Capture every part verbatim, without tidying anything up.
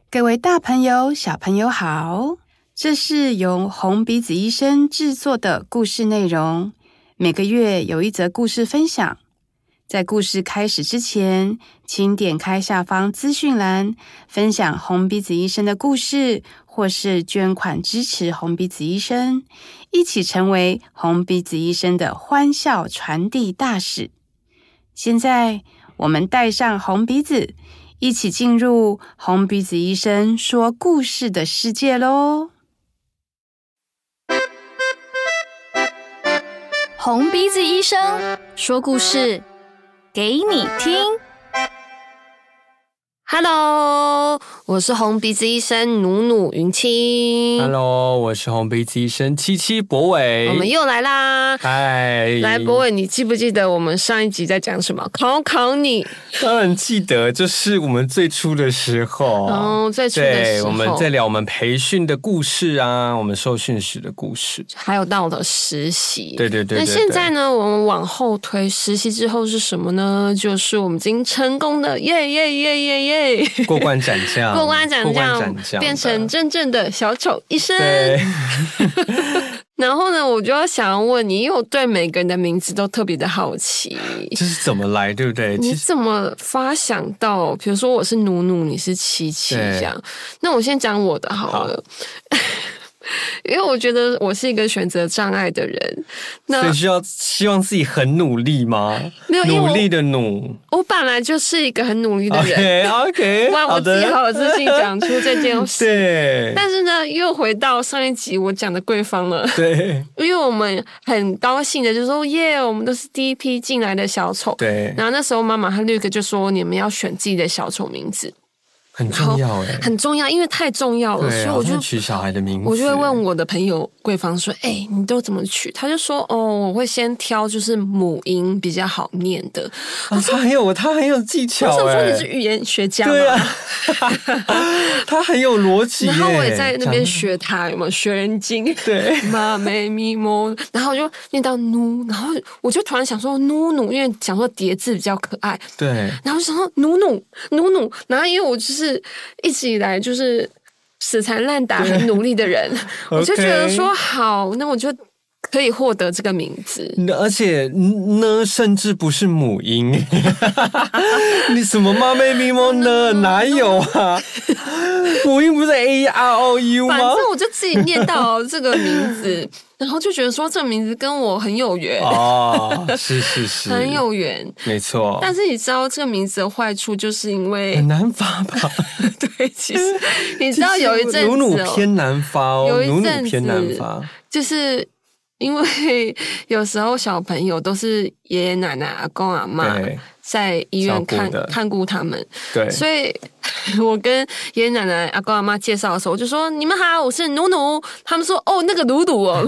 各位大朋友、小朋友好，这是由红鼻子医生制作的故事内容，每个月有一则故事分享。在故事开始之前，请点开下方资讯栏，分享红鼻子医生的故事，或是捐款支持红鼻子医生，一起成为红鼻子医生的欢笑传递大使。现在，我们带上红鼻子，一起进入红鼻子医生说故事的世界咯。 红鼻子医生说故事给你听。Hello， 我是红鼻子医生努努云清。 Hello， 我是红鼻子医生七七博伟。 我们又来啦！ 嗨， 来，博伟，你记不记得我们上一集在讲什么？考考你。 当然记得，就是我们最初的时候。 哦，最初的时候， 对，我们在聊我们培训的故事啊，我们受训时的故事， 还有到了实习。 对对 对, 对, 对。 那现在呢，我们往后推，实习之后是什么呢？就是我们已经成功的耶耶耶耶耶。 过关斩将， 过关斩将，变成真正的小丑医生。 对。 然后呢，我就要想要问你，因为我对每个人的名字都特别的好奇， 这是怎么来，对不对？ 你怎么发想到？比如说我是努努，你是七七这样。那我先讲我的好了。好因为我觉得我是一个选择障碍的人，那所以需要希望自己很努力吗？ 没有， 努力的努。 我本来就是一个很努力的人。 OK OK， 哇，我自己好有自信讲出这件事。 对。 但是呢，又回到上一集我讲的贵方了。 对。 因为我们很高兴的就说耶，我们都是第一批进来的小丑。 对。 然后那时候妈妈和绿哥就说你们要选自己的小丑名字。 很重要哎， 很重要，因为太重要了， 所以我就取小孩的名字。 我就会问我的朋友贵方说：“哎、欸，你都怎么取？”他就说：“哦，我会先挑就是母音比较好念的。 啊”他很有他很有技巧哎。 我想说你是语言学家吗？ 对啊，他很有逻辑。 然后我也在那边学他，有没有学人精？ 对， 妈咪咪摸，然后我就念到努，然后我就突然想说努努，因为想说叠字比较可爱。 对， 然后就想说努努努努，然后因为我就是一直以来就是死缠烂打很努力的人，我就觉得说好，那我就可以获得这个名字。 而且呢，甚至不是母音。你什么妈咪咪摸呢？哪有啊？母音不是 A R O U 吗？ 反正我就自己念到这个名字。然后就觉得说这个名字跟我很有缘哦，是是是， 很有缘， 没错。 但是你知道这个名字的坏处，就是因为很难发吧？ 对，其实你知道有一阵子、哦、 努努偏难发哦， 有一阵子努努偏难发， 就是因为有时候小朋友都是爷爷奶奶、阿公阿嬷在医院看看顾他们， 对， 所以我跟爷爷奶奶、阿公阿嬷介绍的时候，我就说：“你们好，我是努努。”他们说：“哦，那个努努哦。”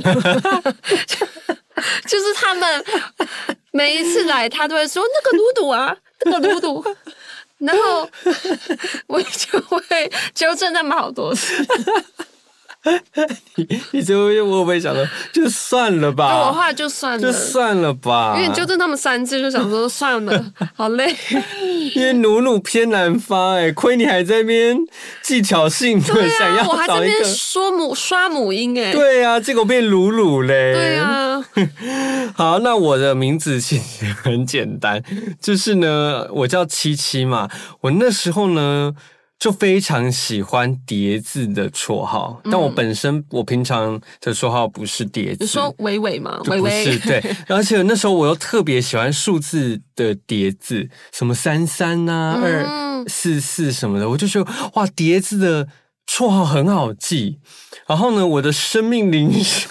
就是他们每一次来，他都会说：“那个努努啊，那个努努。”然后我就会纠正他们好多次。 你你就会我会想说，就算了吧。 我话就算了， 就算了吧。 因为纠正他们三次，就想说算了，好累。 因为努努偏难发哎、欸，亏你还在那边技巧性的、啊、想要找一个， 我还在那边说母刷母音哎、欸。 对啊，结果变鲁鲁嘞。 对啊。 好，那我的名字其实很简单，就是呢，我叫七七嘛。我那时候呢。就非常喜欢叠字的绰号，但我本身我平常的绰号不是叠字。 你说伟伟吗？ 伟伟不是，对。而且那时候我又特别喜欢数字的叠字，什么三三啊、二四四什么的，我就觉得哇，叠字的绰号很好记。然后呢，我的生命灵数。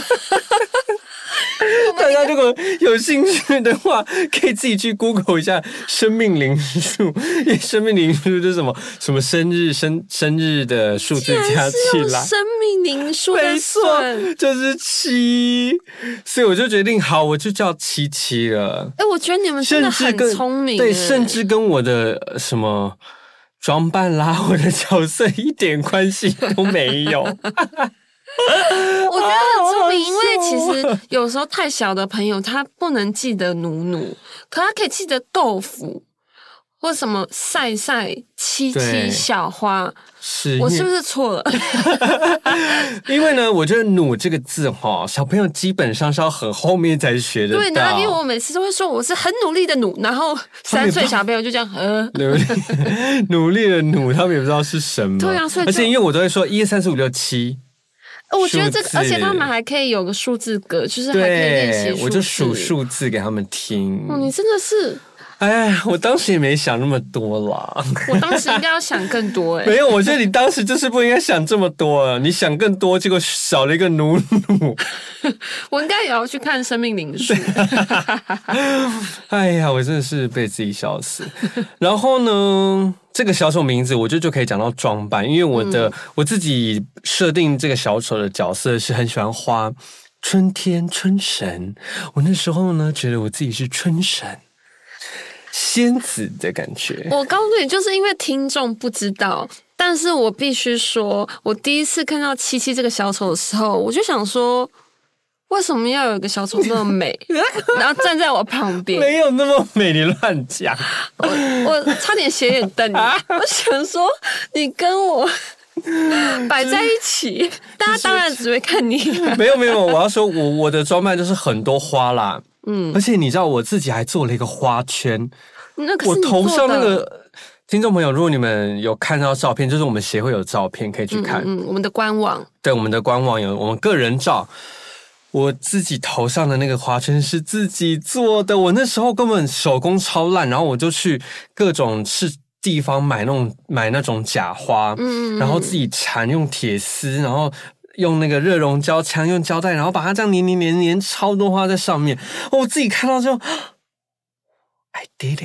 大家如果有兴趣的话，可以自己去 Google 一下生命灵数，因为生命灵数就是什么什么生日生生日的数字加起来， 生命灵数的算就是七，所以我就决定好，我就叫七七了。 哎、欸，我觉得你们真的很聪明， 对，甚至跟我的什么装扮啦，我的角色一点关系都没有。 我觉得很聪明，因为其实有时候太小的朋友他不能记得努努，可他可以记得豆腐， 或什么晒晒七七小花， 是我是不是错了？ 因为呢，我觉得努这个字哈，小朋友基本上是要很后面才学得到。 对，然后因为我每次都会说我是很努力的努，然后三岁小朋友就这样呃， 努力的努，他们也不知道是什么。 对啊，所以而且因为我都会说一二三四五六七。 我觉得这个，而且他们还可以有个数字格，就是还可以练习数字。 我就数数字给他们听。 哦，你真的是。 哎，我当时也没想那么多啦。 我当时应该要想更多哎、欸。 没有，我觉得你当时就是不应该想这么多了。你想更多，结果少了一个努努。 我应该也要去看生命灵数。 哎呀，我真的是被自己笑死。然后呢，这个小丑名字，我觉得就可以讲到装扮，因为我的、嗯、我自己设定这个小丑的角色是很喜欢花春天春神。我那时候呢，觉得我自己是春神。仙子的感觉， 我告诉你，就是因为听众不知道，但是我必须说，我第一次看到七七这个小丑的时候，我就想说，为什么要有一个小丑那么美，然后站在我旁边？ 没有那么美，你乱讲。 我我差点斜眼瞪你，我想说，你跟我摆在一起，大家当然只会看你。 没有没有，我要说我我的装扮就是很多花啦。嗯，而且你知道我自己还做了一个花圈， 那个我头上那个听众朋友，如果你们有看到照片，就是我们协会有照片可以去看， 嗯嗯，我们的官网， 对，我们的官网有我们个人照，我自己头上的那个花圈是自己做的，我那时候根本手工超烂，然后我就去各种是地方买那种买那种假花，嗯，然后自己缠用铁丝，然后。用那个热熔胶枪，用胶带，然后把它这样粘粘粘粘超多花在上面。我自己看到就 ，I did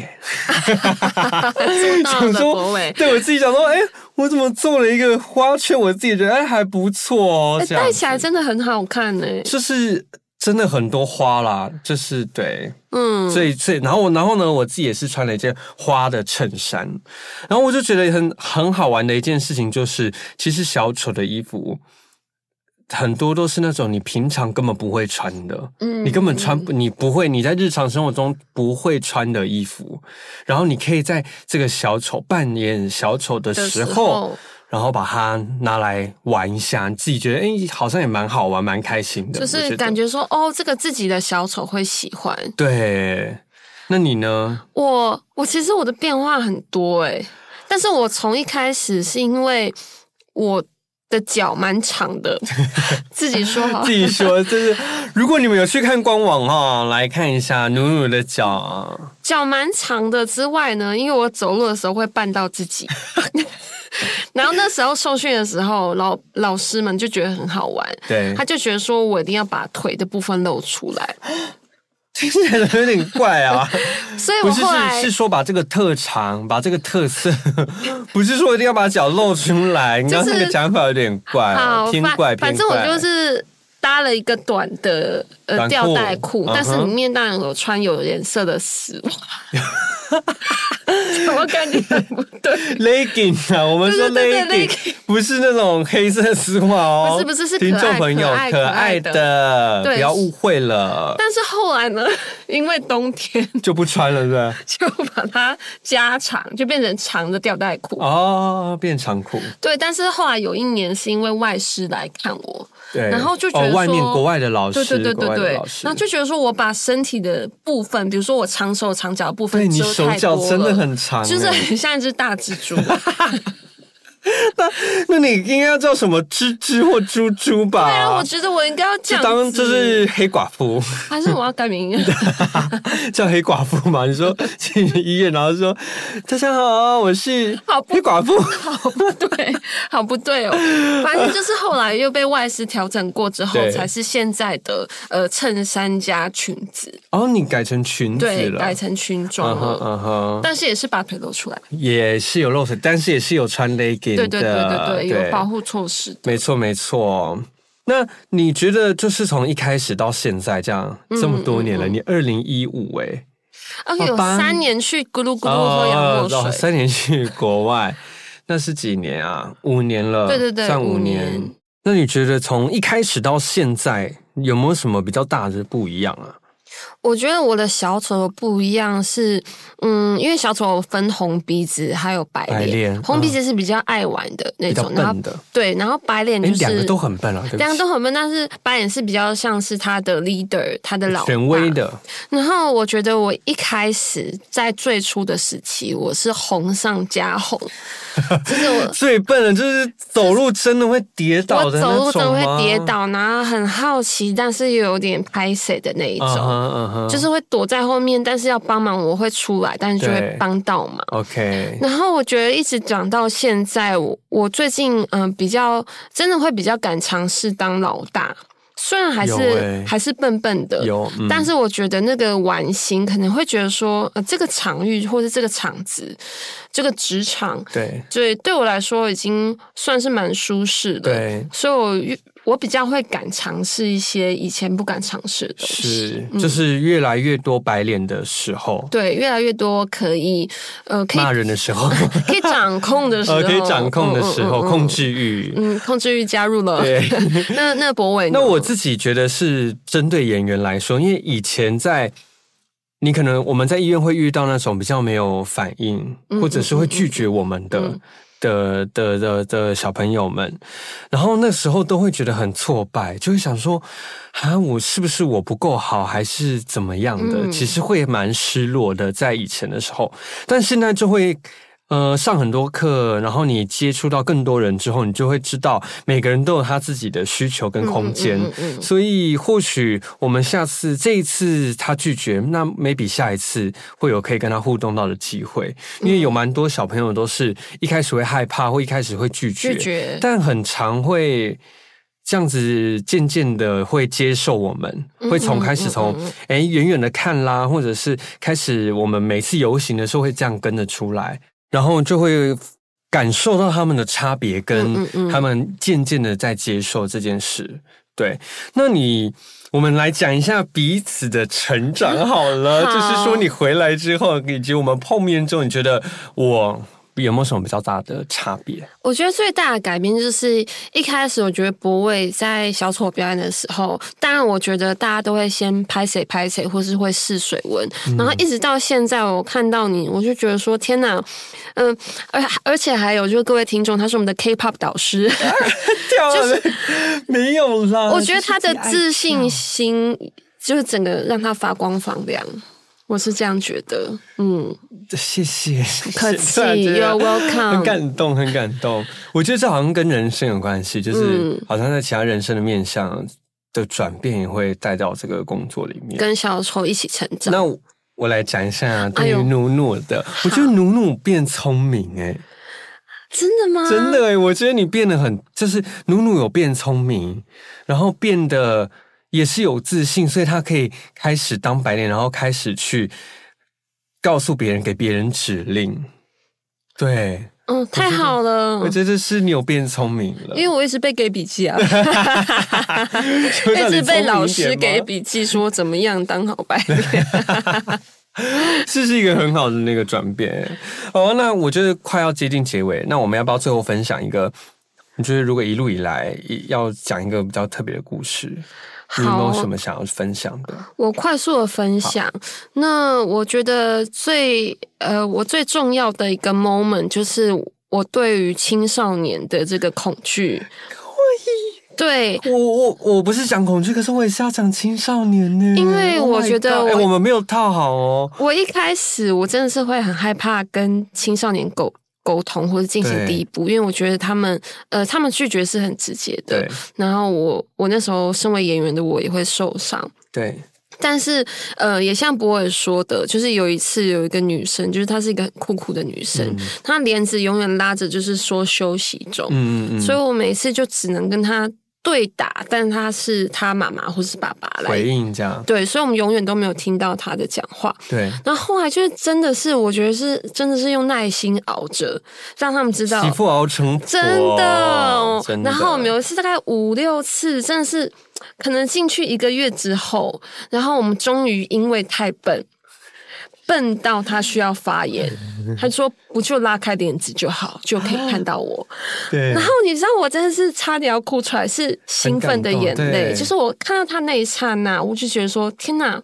it， 想说， 对我自己想说，哎、欸，我怎么做了一个花圈？我自己觉得哎还不错哦， 欸、戴起来真的很好看呢、欸。 就是真的很多花啦，就是对，嗯，所以所以然后然后呢，我自己也是穿了一件花的衬衫，然后我就觉得很很好玩的一件事情就是，其实小丑的衣服。很多都是那种你平常根本不会穿的，嗯，你根本穿你不会，你在日常生活中不会穿的衣服，然后你可以在这个小丑扮演小丑的时候，时候然后把它拿来玩一下，你自己觉得哎、欸，好像也蛮好玩，蛮开心的， 就是感觉说哦，这个自己的小丑会喜欢。 对，那你呢？ 我我其实我的变化很多哎、欸，但是我从一开始是因为我。的脚蛮长的，自己说好， 自己说，就是如果你们有去看官网哈，来看一下努努的脚， 脚蛮长的之外呢，因为我走路的时候会绊到自己，然后那时候受训的时候，老老师们就觉得很好玩， 对， 他就觉得说我一定要把腿的部分露出来。 听起来有点怪啊， 所以我后来不是是是说把这个特长，把这个特色，不是说一定要把脚露出来。你刚刚那个讲法有点怪、哦，偏怪偏怪。 反正我就是搭了一个短的呃吊带裤，但是里面当然有穿有颜色的丝袜。怎么感觉很不对 ？legging 啊，我们说 legging 不是那种黑色丝袜哦， 不是不是是听众朋友可爱的，不要误会了。 但是后来呢，因为冬天就不穿了，是吧？ 就把它加长，就变成长的吊带裤哦，变长裤。 对，但是后来有一年是因为外师来看我。 对， 然后就觉得说、 哦、外面国外的老师， 对对对对对，然后就觉得说我把身体的部分，比如说我长手长脚的部分遮太多了， 你手脚真的很长， 就是很像一只大蜘蛛。 那那你应该要叫什么吱吱或猪猪吧？ 对啊，我觉得我应该要这样子， 就当就是黑寡妇， 还是我要改名叫黑寡妇嘛？你说去医院，然后说大家好，我是黑寡妇， 好不对，好不对哦。反正就是后来又被外师调整过之后，才是现在的呃衬衫加裙子。 哦，你改成裙子了， 对，改成裙装了，嗯哼，但是也是把腿露出来， 也是有露腿，但是也是有穿 legging。 对对对对对，有保护措施。 没错没错。那你觉得就是从一开始到现在这样、嗯、这么多年了，嗯、你二零一五哎， 哦有三年去咕噜咕噜喝洋墨水、哦， 三年去国外，那是几年啊？五年了， 对对对， 算五年。五年那你觉得从一开始到现在有没有什么比较大的不一样啊？ 我觉得我的小丑不一样是，嗯，因为小丑分红鼻子还有白脸， 白脸红鼻子是比较爱玩的那种， 比较笨的， 对，然后白脸就是两个都很笨啊， 两个都很笨，但是白脸是比较像是他的 leader， 他的老大权威的。 然后我觉得我一开始在最初的时期，我是红上加红，就是我最笨的，就是走路真的会跌倒的那种吗？ 我走路真的会跌倒，然后很好奇，但是又有点拍谁的那一种。Uh-huh, uh-huh. 就是会躲在后面，但是要帮忙我会出来，但是就会帮到忙。 OK。 然后我觉得一直讲到现在，我我最近嗯、呃、比较真的会比较敢尝试当老大。虽然还是、欸、还是笨笨的， 有、嗯， 但是我觉得那个玩心可能会觉得说，呃，这个场域或者这个场子，这个职场， 对， 对，对我来说已经算是蛮舒适的， 对， 所以我我比较会敢尝试一些以前不敢尝试的东西， 是、嗯，就是越来越多白脸的时候， 对，越来越多可以呃可以骂人的时候， 可以掌控的时候， 呃，可以掌控的时候，嗯嗯嗯、控制欲， 嗯，控制欲加入了， 对， 那那博伟， 那我自己觉得是针对演员来说，因为以前在你可能我们在医院会遇到那种比较没有反应，嗯、或者是会拒绝我们的。嗯嗯嗯的的的的小朋友们，然后那时候都会觉得很挫败，就会想说，啊，我是不是我不够好，还是怎么样的？嗯、其实会蛮失落的，在以前的时候，但现在就会。呃，上很多课，然后你接触到更多人之后，你就会知道每个人都有他自己的需求跟空间，嗯嗯嗯嗯、所以或许我们下次这一次他拒绝，那 maybe 下一次会有可以跟他互动到的机会，因为有蛮多小朋友都是一开始会害怕，或一开始会拒绝， 拒绝但很常会这样子渐渐的会接受我们，会从开始从哎远远的看啦，或者是开始我们每次游行的时候会这样跟着出来。然后就会感受到他们的差别，跟他们渐渐的在接受这件事。嗯嗯嗯对，那你我们来讲一下彼此的成长好了，好就是说你回来之后，以及我们碰面之后，你觉得我有没有什么比较大的差别？ 我觉得最大的改变就是一开始，我觉得博伟在小丑表演的时候，当然我觉得大家都会先拍谁拍谁，或是会试水温，嗯、然后一直到现在，我看到你，我就觉得说天哪，嗯，而而且还有就是各位听众，他是我们的 K-pop 导师， 就是没有啦。 我觉得他的自信心就是整个让他发光发亮。我是这样觉得，嗯， 谢谢， 客气 ，You're welcome， 很感动，很感动。我觉得这好像跟人生有关系，就是好像在其他人生的面向的转变也会带到这个工作里面， 跟小丑一起成长。 那我来讲一下对于努努的，哎、我觉得努努变聪明、欸，哎， 真的吗？ 真的哎、欸，我觉得你变得很，就是努努有变聪明，然后变得。也是有自信，所以他可以开始当白脸，然后开始去告诉别人，给别人指令。对， 嗯，太好了！ 我觉得是你有变聪明了， 因为我一直被给笔记啊，一直被老师给笔记说怎么样当好白脸。 这是一个很好的那个转变。哦，那我觉得快要接近结尾，那我们要不要最后分享一个？你觉得如果一路以来要讲一个比较特别的故事？你有没有什么想要分享的？ 我快速的分享。那我觉得最呃，我最重要的一个 moment 就是我对于青少年的这个恐惧。对， 我我我不是讲恐惧，可是我也是要讲青少年呢。 因为我觉得我、 oh 欸、我们没有套好哦。 我一开始我真的是会很害怕跟青少年沟沟通或者进行第一步，因为我觉得他们呃，他们拒绝是很直接的。然后我我那时候身为演员的我也会受伤。 对。 但是呃，也像博尔说的，就是有一次有一个女生，就是她是一个很酷酷的女生，嗯、她帘子永远拉着，就是说休息中。嗯嗯。所以我每次就只能跟她对打，但是他是他妈妈或是爸爸来回应这样， 对，所以我们永远都没有听到他的讲话。 对， 然后后来就是真的是，我觉得是真的是用耐心熬着，让他们知道媳妇熬成婆， 真的，真的。然后我们有一次大概五六次，真的是可能进去一个月之后，然后我们终于因为太笨。笨到他需要发言，他说不就拉开帘子就好，就可以看到我。 对， 然后你知道我真的是差点要哭出来，是兴奋的眼泪。就是我看到他那一刹那，我就觉得说天哪，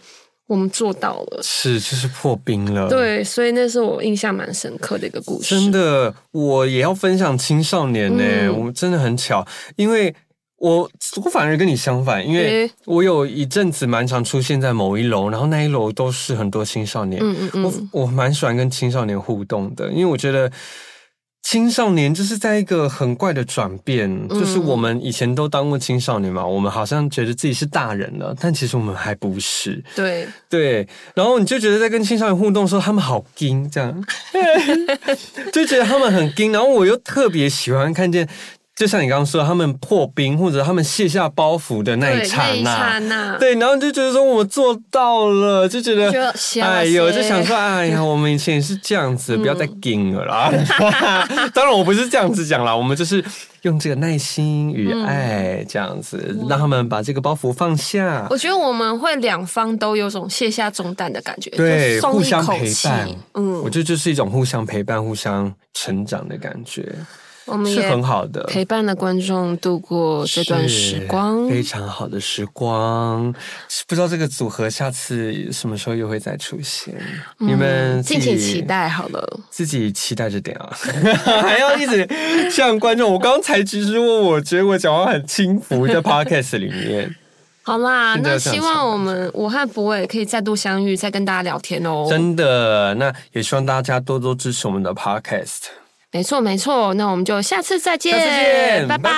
我们做到了， 是就是破冰了。 对，所以那是我印象蛮深刻的一个故事。 真的，我也要分享青少年呢、欸，嗯、我们真的很巧，因为我我反而跟你相反，因为我有一阵子蛮常出现在某一楼，然后那一楼都是很多青少年，嗯嗯嗯，我我蛮喜欢跟青少年互动的，因为我觉得。青少年就是在一个很怪的转变，嗯、就是我们以前都当过青少年嘛，我们好像觉得自己是大人了，但其实我们还不是。 对对，然后你就觉得在跟青少年互动的时候，他们好硬，这样，就觉得他们很硬，然后我又特别喜欢看见。就像你刚刚说，他们破冰或者他们卸下包袱的那一刹那，那对，然后就觉得说我做到了，就觉得，哎呦，就想说，哎呀，我们以前也是这样子，嗯、不要再硬了啦。当然，我不是这样子讲啦，我们就是用这个耐心与爱这样子，嗯、让他们把这个包袱放下。 我觉得我们会两方都有种卸下重担的感觉， 对，互相陪伴。 嗯， 我觉得就是一种互相陪伴、互相成长的感觉。 我们也是很好的， 陪伴了观众度过这段时光， 非常好的时光。不知道这个组合下次什么时候又会再出现？嗯、你们敬请期待好了， 自己期待着点啊，还要一直向观众。我刚才其实我我觉得我讲话很轻浮，在 podcast 里面。 好啦，那希望我们我和博伟可以再度相遇，再跟大家聊天哦。 真的，那也希望大家多多支持我们的 podcast。 没错没错，那我们就下次再见， 下次见， 拜拜。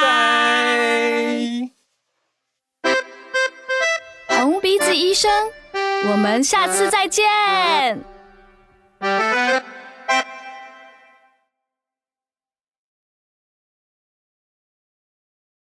红鼻子医生，我们下次再见。